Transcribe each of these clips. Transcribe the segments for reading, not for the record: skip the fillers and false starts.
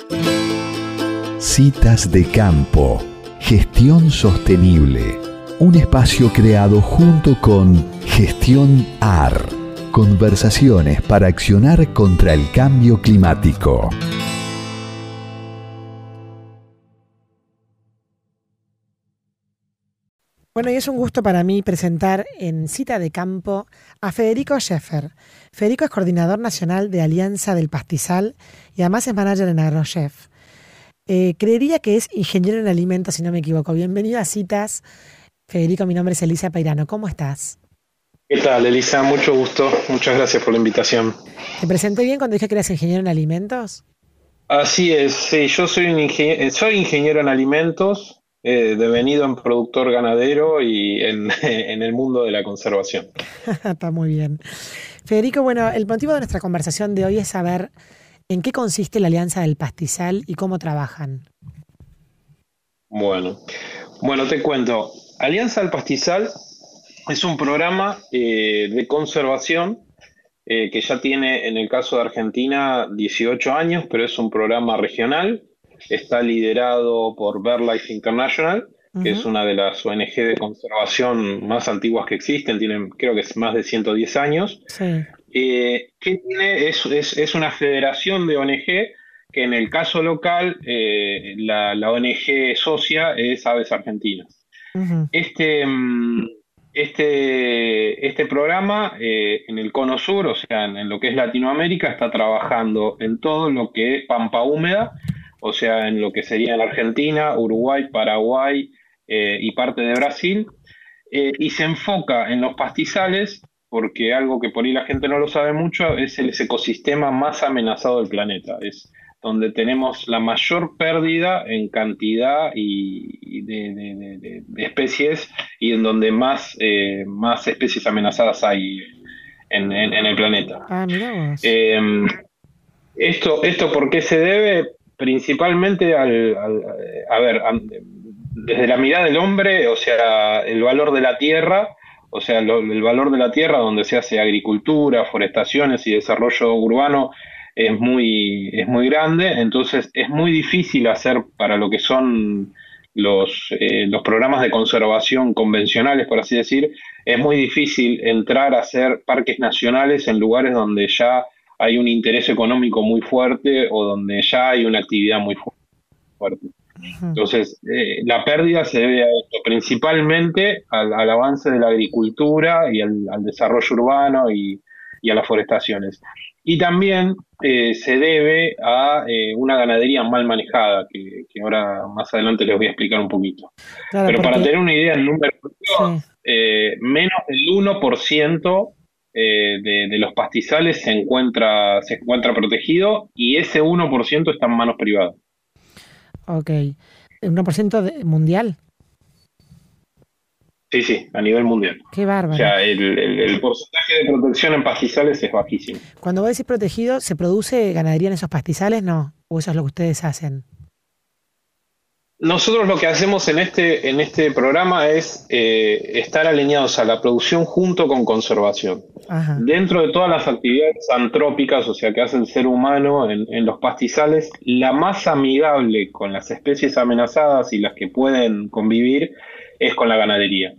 Citas de Campo. Gestión sostenible. Un espacio creado junto con Gestión AR. Conversaciones para accionar contra el cambio climático. Bueno, y es un gusto para mí presentar en Cita de Campo a Federico Scheffer. Federico es coordinador nacional de Alianza del Pastizal y además es manager en AgroChef. Creería que es ingeniero en alimentos, si no me equivoco. Bienvenido a Citas. Federico, mi nombre es Elisa Peirano. ¿Cómo estás? ¿Qué tal, Elisa? Mucho gusto. Muchas gracias por la invitación. ¿Te presenté bien cuando dije que eras ingeniero en alimentos? Así es, sí, yo soy soy ingeniero en alimentos, devenido en productor ganadero y en el mundo de la conservación. Está muy bien. Federico, bueno, el motivo de nuestra conversación de hoy es saber en qué consiste la Alianza del Pastizal y cómo trabajan. Bueno, te cuento. Alianza del Pastizal es un programa de conservación que ya tiene, en el caso de Argentina, 18 años, pero es un programa regional. Está liderado por BirdLife International, que es una de las ONG de conservación más antiguas que existen, tienen, creo que es más de 110 años. Sí. ¿Qué tiene? Es una federación de ONG que en el caso local, la ONG socia es Aves Argentinas. Uh-huh. Este programa en el Cono Sur, o sea, en lo que es Latinoamérica, está trabajando en todo lo que es pampa húmeda, o sea, en lo que sería en Argentina, Uruguay, Paraguay y parte de Brasil, y se enfoca en los pastizales, porque algo que por ahí la gente no lo sabe mucho, es el ecosistema más amenazado del planeta. Es donde tenemos la mayor pérdida en cantidad y de especies y en donde más especies amenazadas hay en el planeta. Mira vos. ¿Esto por qué se debe? Principalmente desde la mirada del hombre, o sea, el valor de la tierra, o sea, el valor de la tierra donde se hace agricultura, forestaciones y desarrollo urbano es muy grande, entonces es muy difícil hacer para lo que son los programas de conservación convencionales, por así decir, es muy difícil entrar a hacer parques nacionales en lugares donde ya hay un interés económico muy fuerte o donde ya hay una actividad muy fuerte. Entonces, la pérdida se debe a esto, principalmente al avance de la agricultura y al desarrollo urbano y a las forestaciones. Y también se debe a una ganadería mal manejada, que ahora más adelante les voy a explicar un poquito. Claro, pero porque... para tener una idea, el número, sí. Menos del 1% de los pastizales se encuentra protegido y ese 1% está en manos privadas. Ok. ¿1% mundial? Sí, a nivel mundial. Qué bárbaro. O sea, el porcentaje de protección en pastizales es bajísimo. Cuando vos decís protegido, ¿se produce ganadería en esos pastizales? No. ¿O eso es lo que ustedes hacen? Nosotros lo que hacemos en este programa es estar alineados a la producción junto con conservación. Ajá. Dentro de todas las actividades antrópicas, o sea, que hace el ser humano en los pastizales, la más amigable con las especies amenazadas y las que pueden convivir es con la ganadería.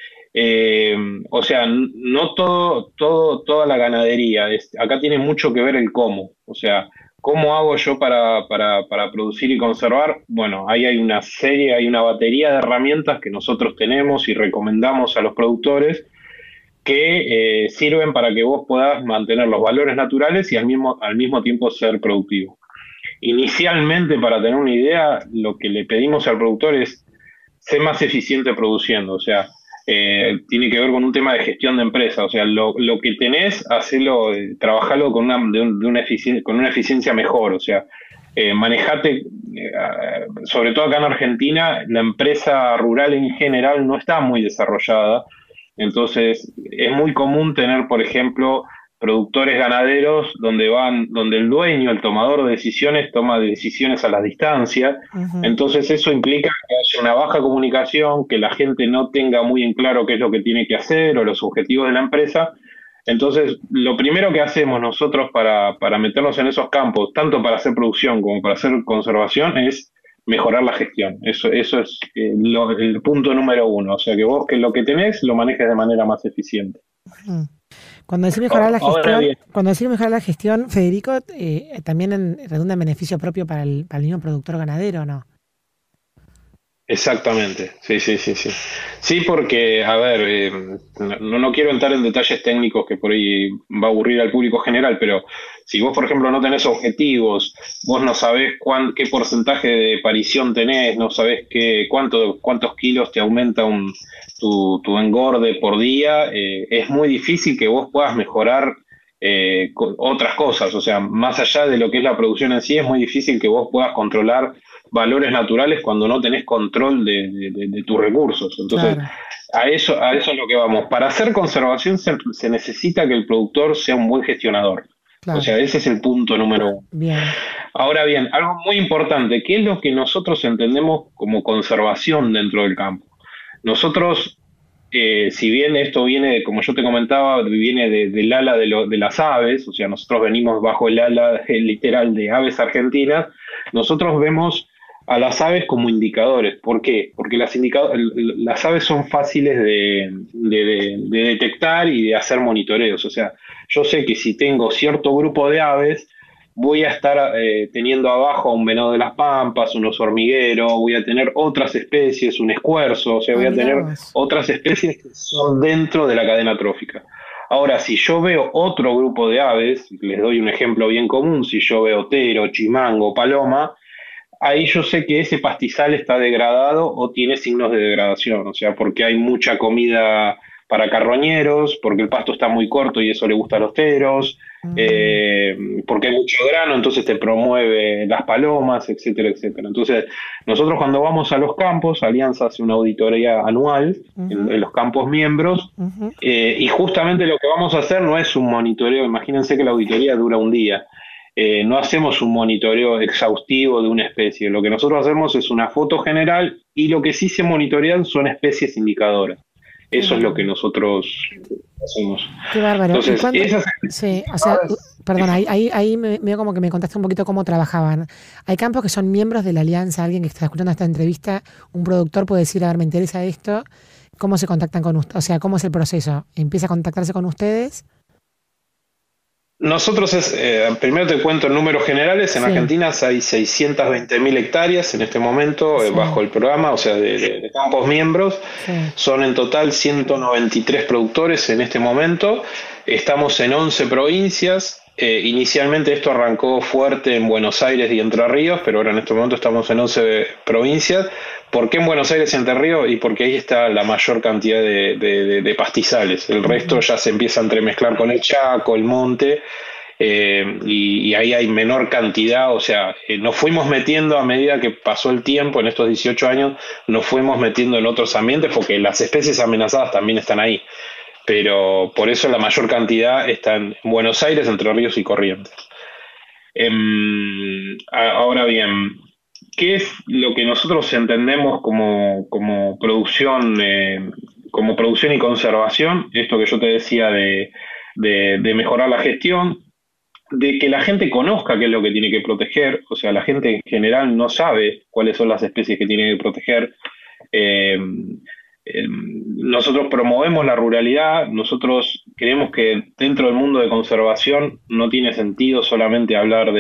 O sea, no toda la ganadería, acá tiene mucho que ver el cómo, o sea, ¿cómo hago yo para producir y conservar? Bueno, ahí hay una batería de herramientas que nosotros tenemos y recomendamos a los productores que sirven para que vos puedas mantener los valores naturales y al mismo tiempo ser productivo. Inicialmente, para tener una idea, lo que le pedimos al productor es ser más eficiente produciendo, o sea, tiene que ver con un tema de gestión de empresa, o sea, lo que tenés, hacelo, trabajalo con una eficiencia mejor, o sea, manejate, sobre todo acá en Argentina, la empresa rural en general no está muy desarrollada, entonces es muy común tener, por ejemplo, productores ganaderos donde el dueño, el tomador de decisiones, toma decisiones a la distancia. Uh-huh. Entonces eso implica que haya una baja comunicación, que la gente no tenga muy en claro qué es lo que tiene que hacer o los objetivos de la empresa. Entonces, lo primero que hacemos nosotros para meternos en esos campos, tanto para hacer producción como para hacer conservación, es mejorar la gestión. Eso es el punto número uno. O sea, que vos que lo que tenés lo manejes de manera más eficiente. Mm. Cuando decís mejorar la Ahora gestión, bien, Federico, también redunda en beneficio propio para el mismo productor ganadero, ¿no? exactamente, sí, sí, sí, sí. Sí, porque, a ver, no quiero entrar en detalles técnicos que por ahí va a aburrir al público general, pero si vos, por ejemplo, no tenés objetivos, vos no sabés qué porcentaje de parición tenés, no sabés cuántos kilos te aumenta tu engorde por día, es muy difícil que vos puedas mejorar otras cosas. O sea, más allá de lo que es la producción en sí, es muy difícil que vos puedas controlar valores naturales cuando no tenés control de tus recursos. Entonces, Claro, a eso es lo que vamos. Para hacer conservación se necesita que el productor sea un buen gestionador. O claro. sea, ese es el punto número uno. Bien. Ahora bien, algo muy importante, ¿qué es lo que nosotros entendemos como conservación dentro del campo? Nosotros, si bien esto viene, como yo te comentaba, viene del ala de las aves, o sea, nosotros venimos bajo el ala literal de aves argentinas, nosotros vemos a las aves como indicadores. ¿Por qué? Porque las aves son fáciles de detectar y de hacer monitoreos. O sea, yo sé que si tengo cierto grupo de aves, voy a estar teniendo abajo a un venado de las pampas, un oso hormiguero, voy a tener otras especies, un escuerzo, o sea, Ah, voy a mirá tener vos. otras especies que son dentro de la cadena trófica. Ahora, si yo veo otro grupo de aves, les doy un ejemplo bien común, si yo veo tero, chimango, paloma, ahí yo sé que ese pastizal está degradado o tiene signos de degradación, o sea, porque hay mucha comida para carroñeros, porque el pasto está muy corto y eso le gusta a los teros, Mm, porque hay mucho grano, entonces te promueve las palomas, etcétera, etcétera. Entonces, nosotros cuando vamos a los campos, Alianza hace una auditoría anual ujú, en los campos miembros, ujú. y justamente lo que vamos a hacer no es un monitoreo, imagínense que la auditoría dura un día. No hacemos un monitoreo exhaustivo de una especie. Lo que nosotros hacemos es una foto general y lo que sí se monitorean son especies indicadoras. Qué Eso es lo que bárbaro. nosotros hacemos. Qué bárbaro. ¿Y Entonces, cuándo? esas Sí, o sea, perdón, ahí me como que me contaste un poquito cómo trabajaban. Hay campos que son miembros de la alianza. Alguien que está escuchando esta entrevista, un productor puede decir, a ver, me interesa esto. ¿Cómo se contactan con ustedes? O sea, ¿cómo es el proceso? ¿Empieza a contactarse con ustedes? nosotros primero te cuento en números generales, en Sí, Argentina hay 620.000 hectáreas en este momento sí, bajo el programa, o sea, de campos miembros. sí. Son en total 193 productores en este momento. Estamos en 11 provincias. Inicialmente esto arrancó fuerte en Buenos Aires y Entre Ríos, pero ahora en este momento estamos en 11 provincias. ¿Por qué en Buenos Aires y Entre Ríos? Y porque ahí está la mayor cantidad de pastizales. El resto Ujú. ya se empieza a entremezclar con el Chaco, el monte, y ahí hay menor cantidad. O sea, nos fuimos metiendo a medida que pasó el tiempo, en estos 18 años, nos fuimos metiendo en otros ambientes porque las especies amenazadas también están ahí. Pero por eso la mayor cantidad está en Buenos Aires, Entre Ríos y Corrientes. Ahora bien, ¿qué es lo que nosotros entendemos como producción y conservación? Esto que yo te decía de mejorar la gestión, de que la gente conozca qué es lo que tiene que proteger. O sea, la gente en general no sabe cuáles son las especies que tiene que proteger. Eh, Nosotros promovemos la ruralidad. Nosotros creemos que dentro del mundo de conservación no tiene sentido solamente hablar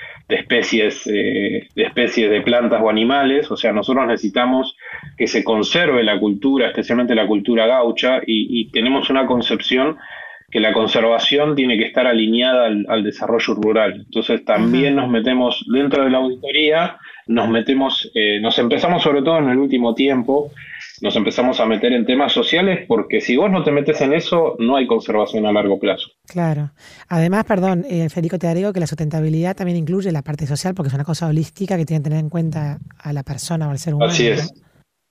de especies de plantas o animales. O sea, nosotros necesitamos que se conserve la cultura, especialmente la cultura gaucha, y tenemos una concepción que la conservación tiene que estar alineada al desarrollo rural. Entonces también Ajá. nos metemos dentro de la auditoría, nos empezamos sobre todo en el último tiempo, nos empezamos a meter en temas sociales, porque si vos no te metes en eso, no hay conservación a largo plazo. Claro. Además, perdón, Federico, te agrego que la sustentabilidad también incluye la parte social porque es una cosa holística que tiene que tener en cuenta a la persona o al ser Así humano, ¿no? es,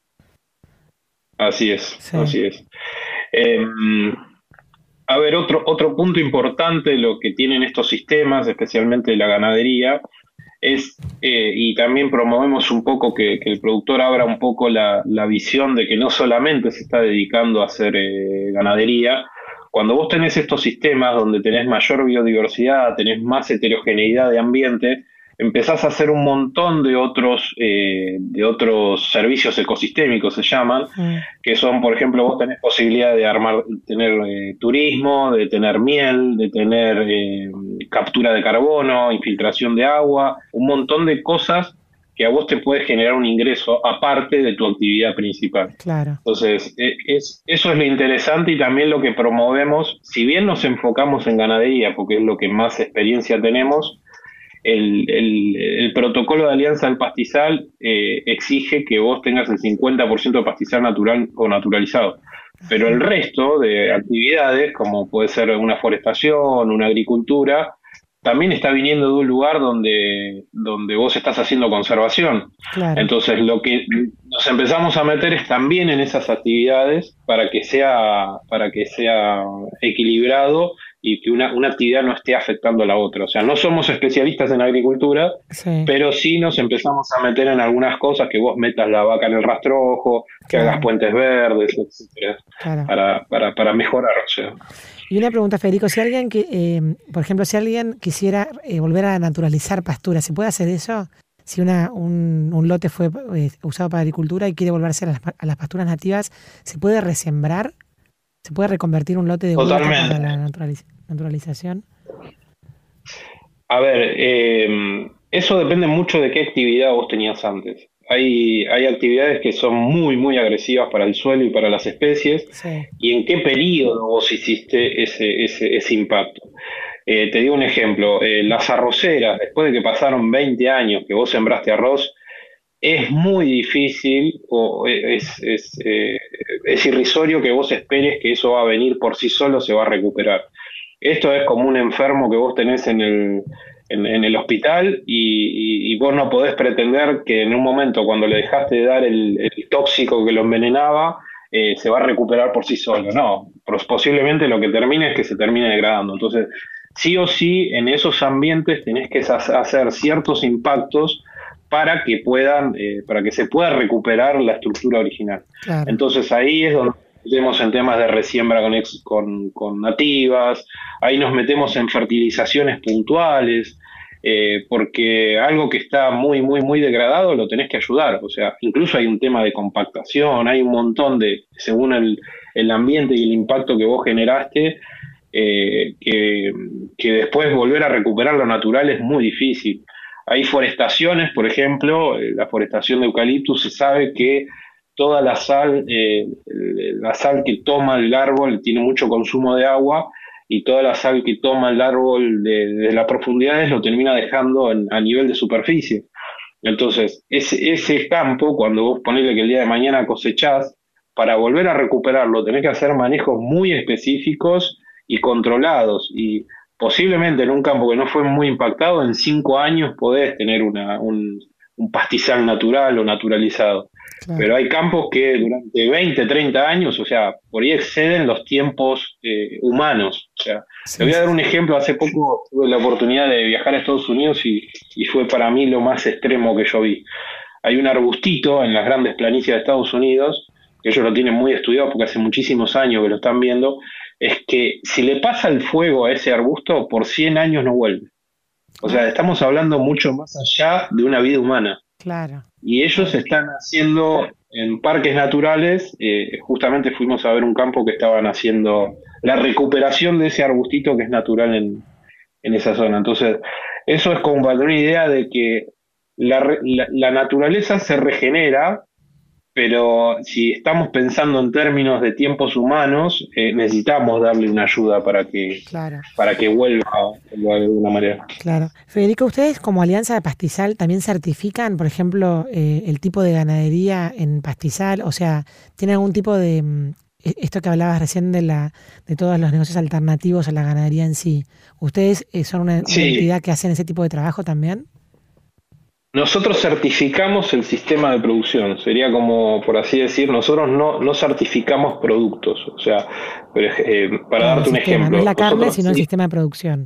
así es, Sí, así es. Eh, a ver, otro punto importante, lo que tienen estos sistemas, especialmente la ganadería, y también promovemos un poco que el productor abra un poco la visión de que no solamente se está dedicando a hacer ganadería. cuando vos tenés estos sistemas donde tenés mayor biodiversidad, tenés más heterogeneidad de ambiente, empezás a hacer un montón de otros servicios ecosistémicos, se llaman, que son, por ejemplo, vos tenés posibilidad de tener turismo, de tener miel, de tener captura de carbono, infiltración de agua, un montón de cosas que a vos te puede generar un ingreso aparte de tu actividad principal. Claro. Entonces, eso es lo interesante y también lo que promovemos, si bien nos enfocamos en ganadería, porque es lo que más experiencia tenemos, el protocolo de Alianza del Pastizal exige que vos tengas el 50% de pastizal natural o naturalizado. Pero el resto de actividades, como puede ser una forestación, una agricultura, también está viniendo de un lugar donde vos estás haciendo conservación. Claro. Entonces, lo que nos empezamos a meter es también en esas actividades para que sea equilibrado y que una actividad no esté afectando a la otra. O sea, no somos especialistas en agricultura, Sí. pero sí nos empezamos a meter en algunas cosas, que vos metas la vaca en el rastrojo, que Claro. hagas puentes verdes, etcétera, Claro. para mejorar. O sea. Y una pregunta, Federico, si alguien por ejemplo, si alguien quisiera volver a naturalizar pasturas, ¿se puede hacer eso? Si un lote fue usado para agricultura y quiere volverse a las pasturas nativas, ¿se puede resembrar? ¿Se puede reconvertir un lote de huerta para la naturalización? A ver, eso depende mucho de qué actividad vos tenías antes. Hay actividades que son muy, muy agresivas para el suelo y para las especies, Sí. y en qué periodo vos hiciste ese impacto. Te digo un ejemplo, las arroceras, después de que pasaron 20 años que vos sembraste arroz, es muy difícil o es irrisorio que vos esperes que eso va a venir por sí solo, se va a recuperar. Esto es como un enfermo que vos tenés en el hospital y vos no podés pretender que en un momento cuando le dejaste de dar el tóxico que lo envenenaba, se va a recuperar por sí solo. No, posiblemente lo que termine es que se termine degradando. Entonces, sí o sí, en esos ambientes tenés que hacer ciertos impactos para que se pueda recuperar la estructura original. Claro. Entonces ahí es donde nos metemos en temas de resiembra con nativas, ahí nos metemos en fertilizaciones puntuales, porque algo que está muy, muy, muy degradado lo tenés que ayudar. O sea, incluso hay un tema de compactación, hay un montón según el ambiente y el impacto que vos generaste, que después volver a recuperar lo natural es muy difícil. Hay forestaciones, por ejemplo, la forestación de eucaliptus, se sabe que toda la sal que toma el árbol tiene mucho consumo de agua, y toda la sal que toma el árbol de las profundidades lo termina dejando a nivel de superficie. Entonces, ese campo, cuando vos ponele que el día de mañana cosechás, para volver a recuperarlo tenés que hacer manejos muy específicos y controlados, y posiblemente en un campo que no fue muy impactado, en 5 años podés tener un pastizal natural o naturalizado. Claro. Pero hay campos que durante 20, 30 años, o sea, por ahí exceden los tiempos humanos. O sea, Sí, te voy a dar sí. un ejemplo. Hace poco tuve la oportunidad de viajar a Estados Unidos y fue para mí lo más extremo que yo vi. Hay un arbustito en las grandes planicies de Estados Unidos, que ellos lo tienen muy estudiado porque hace muchísimos años que lo están viendo, es que si le pasa el fuego a ese arbusto, por 100 años no vuelve. O sea, estamos hablando mucho más allá de una vida humana. Claro. Y ellos están haciendo en parques naturales, justamente fuimos a ver un campo que estaban haciendo la recuperación de ese arbustito que es natural en esa zona. Entonces, eso es como para tener una idea de que la naturaleza se regenera, pero si estamos pensando en términos de tiempos humanos, necesitamos darle una ayuda para que vuelva de alguna manera. Claro. Federico, ¿ustedes como Alianza de Pastizal también certifican, por ejemplo, el tipo de ganadería en pastizal? O sea, ¿tienen algún tipo de esto que hablabas recién de todos los negocios alternativos a la ganadería en sí? ¿Ustedes son una entidad que hacen ese tipo de trabajo también? Nosotros certificamos el sistema de producción, sería como, por así decir, nosotros no certificamos productos. O sea, para darte un ejemplo. No es la carne, sino el sistema de producción.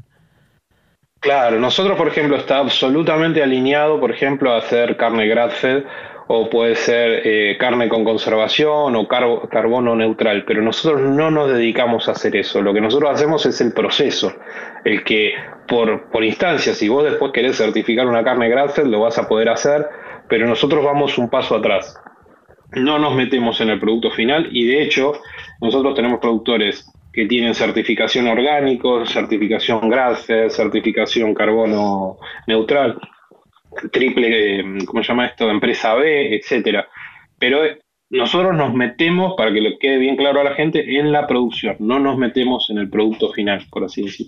Claro, nosotros, por ejemplo, está absolutamente alineado, por ejemplo, a hacer carne grass-fed o puede ser carne con conservación o carbono neutral, pero nosotros no nos dedicamos a hacer eso. Lo que nosotros hacemos es el proceso, el que por instancia, si vos después querés certificar una carne grass-fed, lo vas a poder hacer, pero nosotros vamos un paso atrás. No nos metemos en el producto final y de hecho nosotros tenemos productores que tienen certificación orgánico, certificación grass-fed, certificación carbono neutral, triple, ¿cómo se llama esto? Empresa B, etcétera. Pero nosotros nos metemos, para que le quede bien claro a la gente, en la producción, no nos metemos en el producto final, por así decirlo.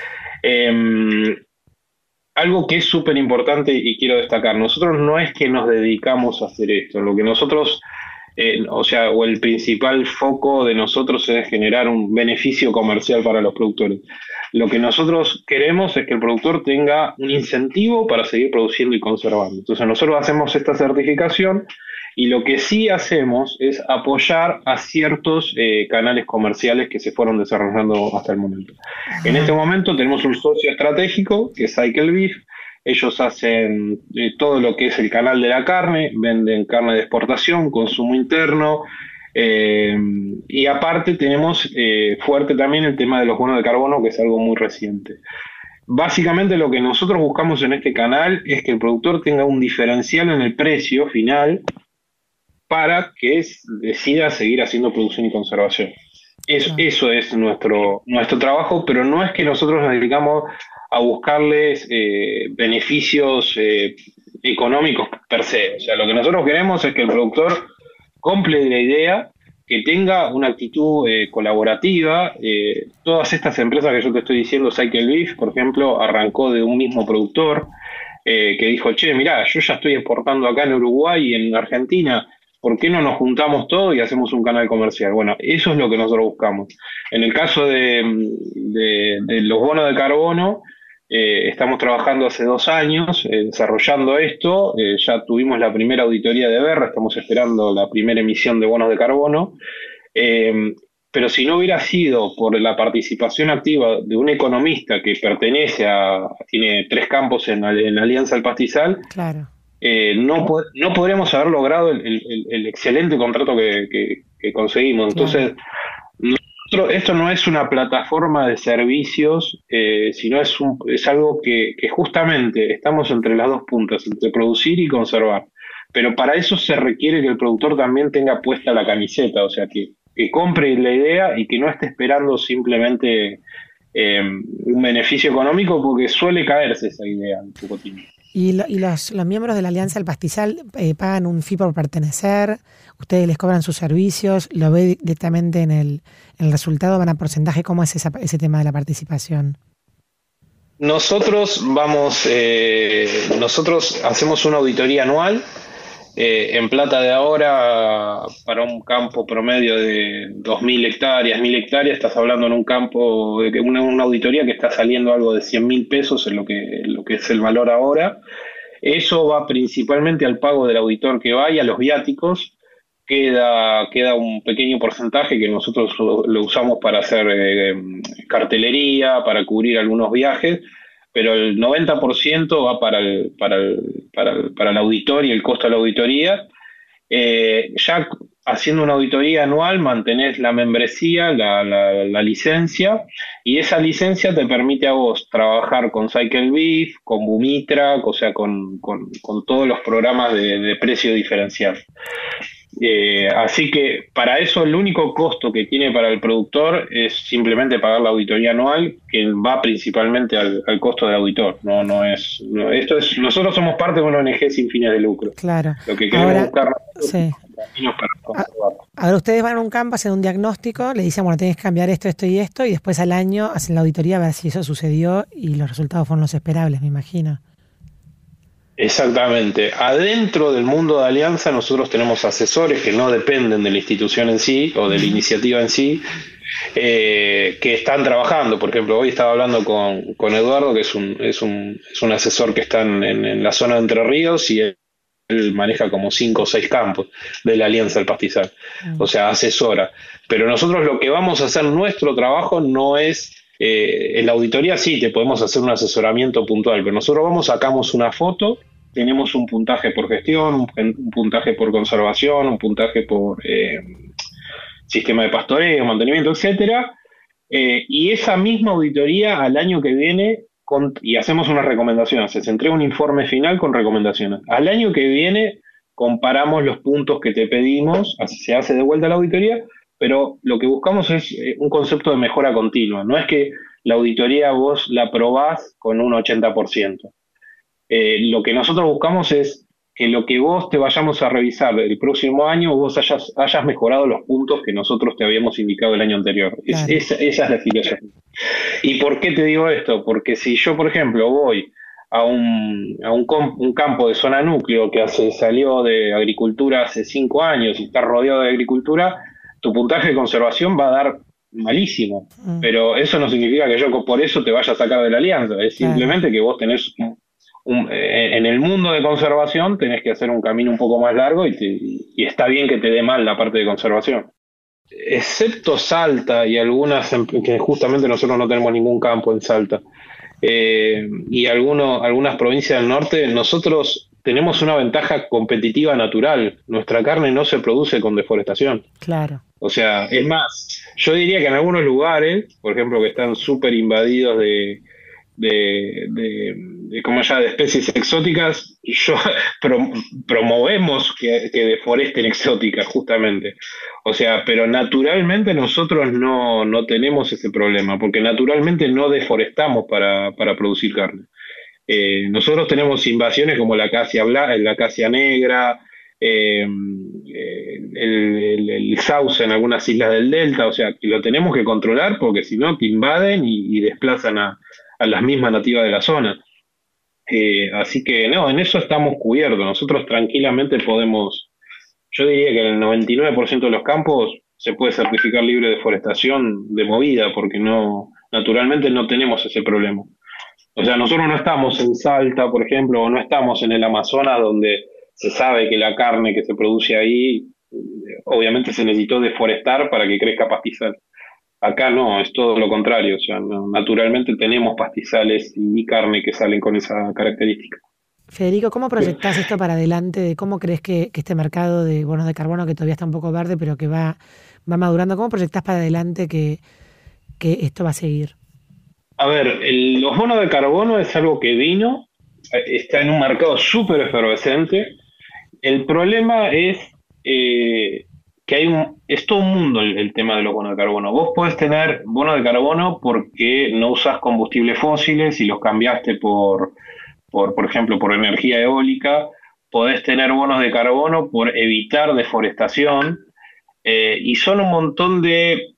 Algo que es súper importante y quiero destacar, nosotros no es que nos dedicamos a hacer esto, lo que nosotros, o el principal foco de nosotros es generar un beneficio comercial para los productores. Lo que nosotros queremos es que el productor tenga un incentivo para seguir produciendo y conservando. Entonces nosotros hacemos esta certificación y lo que sí hacemos es apoyar a ciertos canales comerciales que se fueron desarrollando hasta el momento. En este momento tenemos un socio estratégico que es Cycle Beef. Ellos hacen todo lo que es el canal de la carne, venden carne de exportación, consumo interno, y aparte tenemos fuerte también el tema de los bonos de carbono, que es algo muy reciente. Básicamente lo que nosotros buscamos en este canal es que el productor tenga un diferencial en el precio final para que decida seguir haciendo producción y conservación. Eso es nuestro trabajo, pero no es que nosotros nos dedicamos a buscarles beneficios económicos per se. O sea, lo que nosotros queremos es que el productor compre la idea, que tenga una actitud colaborativa. Todas estas empresas que yo te estoy diciendo, Cycle Beef, por ejemplo, arrancó de un mismo productor que dijo, che, mirá, yo ya estoy exportando acá en Uruguay y en Argentina, ¿por qué no nos juntamos todos y hacemos un canal comercial? Bueno, eso es lo que nosotros buscamos. En el caso de los bonos de carbono, estamos trabajando hace 2 años desarrollando esto. Ya tuvimos la primera auditoría de BERRA, estamos esperando la primera emisión de bonos de carbono. Pero si no hubiera sido por la participación activa de un economista que tiene 3 campos en Alianza del Pastizal, claro, no podríamos haber logrado el excelente contrato que conseguimos. Entonces, esto no es una plataforma de servicios, sino es algo que justamente estamos entre las dos puntas, entre producir y conservar. Pero para eso se requiere que el productor también tenga puesta la camiseta, o sea, que compre la idea y que no esté esperando simplemente un beneficio económico, porque suele caerse esa idea un poco tímida. ¿Y los miembros de la Alianza del Pastizal pagan un fee por pertenecer? ¿Ustedes les cobran sus servicios? ¿Lo ve directamente en el resultado? ¿Van a porcentaje? ¿Cómo es ese tema de la participación? Nosotros hacemos una auditoría anual. En plata de ahora, para un campo promedio de 2.000 hectáreas, 1.000 hectáreas, estás hablando en un campo, una auditoría que está saliendo algo de 100.000 pesos en lo que es el valor ahora. Eso va principalmente al pago del auditor que va y a los viáticos. Queda un pequeño porcentaje que nosotros lo usamos para hacer cartelería, para cubrir algunos viajes, pero el 90% va para el auditor y el costo de la auditoría. Ya haciendo una auditoría anual mantenés la membresía, la licencia, y esa licencia te permite a vos trabajar con Cycle Beef, con Bumitra, o sea, con todos los programas de precio diferencial. Así que para eso el único costo que tiene para el productor es simplemente pagar la auditoría anual, que va principalmente al costo del auditor. Nosotros somos parte de una ONG sin fines de lucro. Claro. Lo que queremos buscar sí. para conservar. Ahora ustedes van a un campo, hacen un diagnóstico, le dicen, bueno, tienes que cambiar esto, esto y esto, y después al año hacen la auditoría a ver si eso sucedió y los resultados fueron los esperables, me imagino. Exactamente. Adentro del mundo de Alianza nosotros tenemos asesores que no dependen de la institución en sí o de la iniciativa en sí, que están trabajando. Por ejemplo, hoy estaba hablando con Eduardo, que es un asesor que está en la zona de Entre Ríos, y él maneja como 5 o 6 campos de la Alianza del Pastizal. O sea, asesora. Pero nosotros lo que vamos a hacer, nuestro trabajo no es... en la auditoría sí te podemos hacer un asesoramiento puntual, pero nosotros sacamos una foto tenemos un puntaje por gestión, un puntaje por conservación, un puntaje por sistema de pastoreo, mantenimiento, etcétera. Y esa misma auditoría al año que viene, y hacemos unas recomendaciones, se entrega un informe final con recomendaciones. Al año que viene comparamos los puntos que te pedimos, se hace de vuelta la auditoría, pero lo que buscamos es un concepto de mejora continua. No es que la auditoría vos la aprobás con un 80%. Lo que nosotros buscamos es que lo que vos te vayamos a revisar el próximo año, vos hayas mejorado los puntos que nosotros te habíamos indicado el año anterior. Claro. Esa es la filosofía. ¿Y por qué te digo esto? Porque si yo, por ejemplo, voy a un campo de zona núcleo que salió de agricultura hace 5 años y está rodeado de agricultura, tu puntaje de conservación va a dar malísimo. Pero eso no significa que yo por eso te vaya a sacar de la alianza. Es simplemente que vos tenés en el mundo de conservación tenés que hacer un camino un poco más largo y está bien que te dé mal la parte de conservación. Excepto Salta y algunas, que justamente nosotros no tenemos ningún campo en Salta, y algunas provincias del norte, nosotros tenemos una ventaja competitiva natural. Nuestra carne no se produce con deforestación. Claro. O sea, es más, yo diría que en algunos lugares, por ejemplo, que están súper invadidos de especies exóticas, promovemos que deforesten exóticas, justamente. O sea, pero naturalmente nosotros no tenemos ese problema, porque naturalmente no deforestamos para producir carne. Nosotros tenemos invasiones como la acacia negra, el sauce en algunas islas del delta, o sea, que lo tenemos que controlar porque si no te invaden y desplazan a las mismas nativas de la zona. Así que no, en eso estamos cubiertos. Nosotros tranquilamente podemos, yo diría que en el 99% de los campos se puede certificar libre de deforestación de movida, porque naturalmente no tenemos ese problema. O sea, nosotros no estamos en Salta, por ejemplo, o no estamos en el Amazonas, donde se sabe que la carne que se produce ahí, obviamente se necesitó deforestar para que crezca pastizal. Acá no, es todo lo contrario, o sea, naturalmente tenemos pastizales y carne que salen con esa característica. Federico, ¿cómo proyectás esto para adelante? ¿Cómo crees que este mercado de bonos de carbono, que todavía está un poco verde, pero que va madurando, cómo proyectás para adelante que esto va a seguir? A ver, los bonos de carbono es algo que vino, está en un mercado súper efervescente. El problema es que es todo un mundo el tema de los bonos de carbono. Vos podés tener bonos de carbono porque no usás combustibles fósiles y los cambiaste por ejemplo, por energía eólica. Podés tener bonos de carbono por evitar deforestación, y son un montón de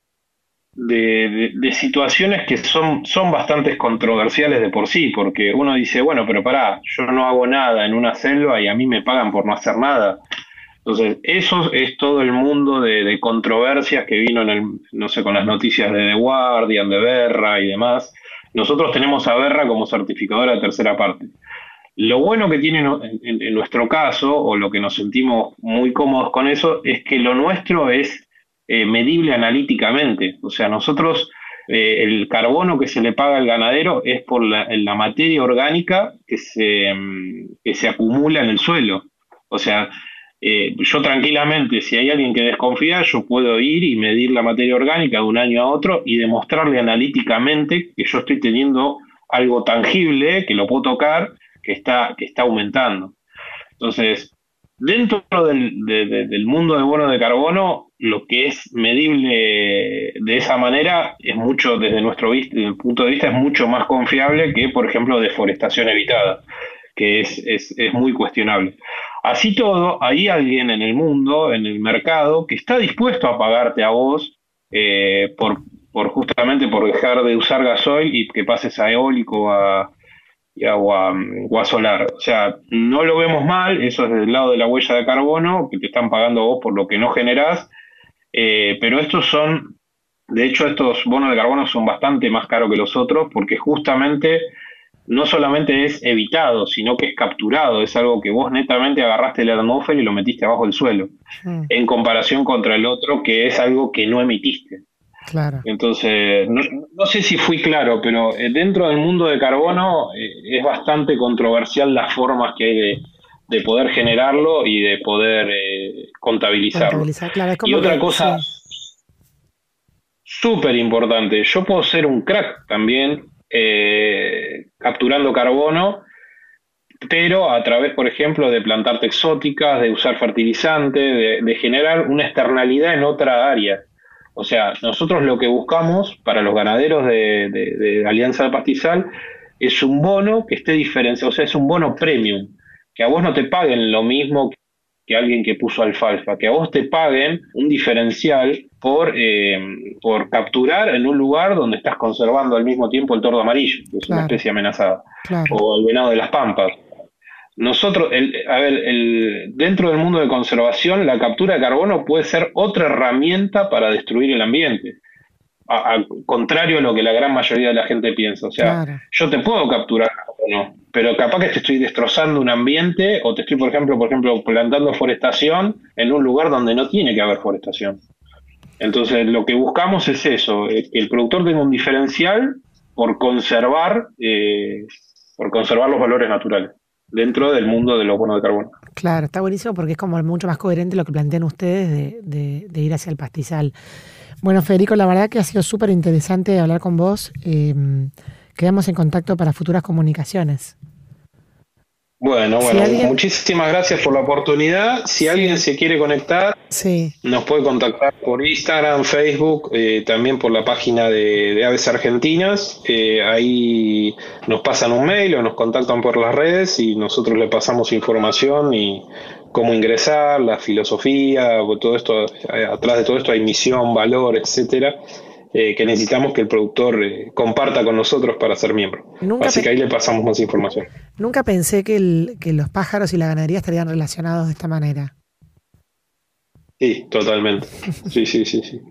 situaciones que son bastante controversiales de por sí, porque uno dice, bueno, pero pará, yo no hago nada en una selva y a mí me pagan por no hacer nada. Entonces, eso es todo el mundo de controversias que vino no sé, con las noticias de The Guardian, de Verra y demás. Nosotros tenemos a Verra como certificadora de tercera parte. Lo bueno que tiene en nuestro caso, o lo que nos sentimos muy cómodos con eso, es que lo nuestro es medible analíticamente. O sea, nosotros, el carbono que se le paga al ganadero es por la materia orgánica que se acumula en el suelo. O sea, yo tranquilamente, si hay alguien que desconfía, yo puedo ir y medir la materia orgánica de un año a otro y demostrarle analíticamente que yo estoy teniendo algo tangible, que lo puedo tocar, que está aumentando. Entonces, dentro del mundo de bonos de carbono, lo que es medible de esa manera es mucho, desde nuestro punto de vista, es mucho más confiable que, por ejemplo, deforestación evitada, que es muy cuestionable. Así todo, hay alguien en el mundo, en el mercado, que está dispuesto a pagarte a vos justamente por dejar de usar gasoil y que pases a eólico o a solar. O sea, no lo vemos mal, eso es del lado de la huella de carbono, que te están pagando vos por lo que no generás, pero de hecho estos bonos de carbono son bastante más caros que los otros, porque justamente no solamente es evitado, sino que es capturado, es algo que vos netamente agarraste de la atmósfera y lo metiste abajo del suelo, en comparación contra el otro, que es algo que no emitiste. Claro. Entonces, no sé si fui claro, pero dentro del mundo de carbono es bastante controversial las formas que hay de poder generarlo y de poder contabilizarlo. Claro, es como y otra que, cosa súper importante, yo puedo ser un crack también capturando carbono, pero a través, por ejemplo, de plantarte exóticas, de usar fertilizantes, de generar una externalidad en otra área. O sea, nosotros lo que buscamos para los ganaderos de Alianza del Pastizal es un bono que esté diferenciado, o sea, es un bono premium, que a vos no te paguen lo mismo que alguien que puso alfalfa, que a vos te paguen un diferencial por capturar en un lugar donde estás conservando al mismo tiempo el tordo amarillo, que es una especie amenazada, o el venado de las pampas. Nosotros, dentro del mundo de conservación, la captura de carbono puede ser otra herramienta para destruir el ambiente. Contrario a lo que la gran mayoría de la gente piensa. O sea, yo te puedo capturar carbono, pero capaz que te estoy destrozando un ambiente o te estoy, por ejemplo, plantando forestación en un lugar donde no tiene que haber forestación. Entonces, lo que buscamos es eso, que el productor tenga un diferencial por conservar los valores naturales dentro del mundo de los bonos de carbono. Claro, está buenísimo porque es como mucho más coherente lo que plantean ustedes de ir hacia el pastizal. Bueno, Federico, la verdad que ha sido súper interesante hablar con vos. Quedamos en contacto para futuras comunicaciones. Bueno, muchísimas gracias por la oportunidad. Si alguien se quiere conectar, nos puede contactar por Instagram, Facebook, también por la página de Aves Argentinas. Ahí nos pasan un mail o nos contactan por las redes y nosotros le pasamos información y cómo ingresar, la filosofía, todo esto. Atrás de todo esto hay misión, valor, etcétera. Que necesitamos que el productor comparta con nosotros para ser miembro. Así que ahí le pasamos más información. Nunca pensé que los pájaros y la ganadería estarían relacionados de esta manera. Sí, totalmente. Sí.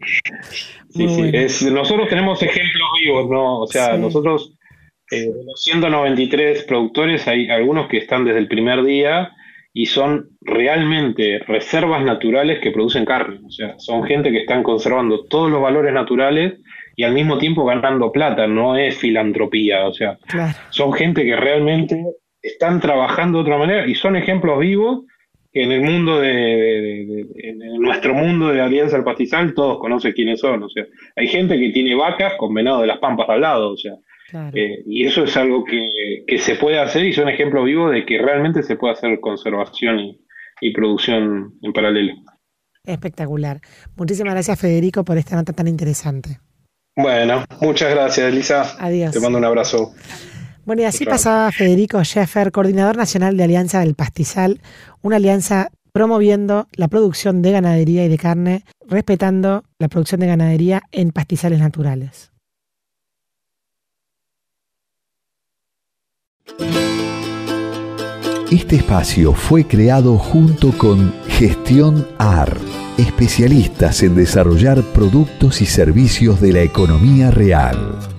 Nosotros tenemos ejemplos vivos, ¿no? O sea, nosotros, de los 193 productores, hay algunos que están desde el primer día y son realmente reservas naturales que producen carne. O sea, son gente que están conservando todos los valores naturales y al mismo tiempo ganando plata, no es filantropía. O sea, son gente que realmente están trabajando de otra manera y son ejemplos vivos que en el mundo en nuestro mundo de Alianza del Pastizal todos conocen quiénes son. O sea, hay gente que tiene vacas con venado de las pampas al lado, o sea. Y eso es algo que se puede hacer y son ejemplos vivos de que realmente se puede hacer conservación y producción en paralelo. Espectacular. Muchísimas gracias, Federico, por esta nota tan interesante. Bueno, muchas gracias, Elisa. Adiós. Te mando un abrazo. Bueno, y así pasaba Federico Scheffer, coordinador nacional de Alianza del Pastizal, una alianza promoviendo la producción de ganadería y de carne, respetando la producción de ganadería en pastizales naturales. Este espacio fue creado junto con Gestión AR, especialistas en desarrollar productos y servicios de la economía real.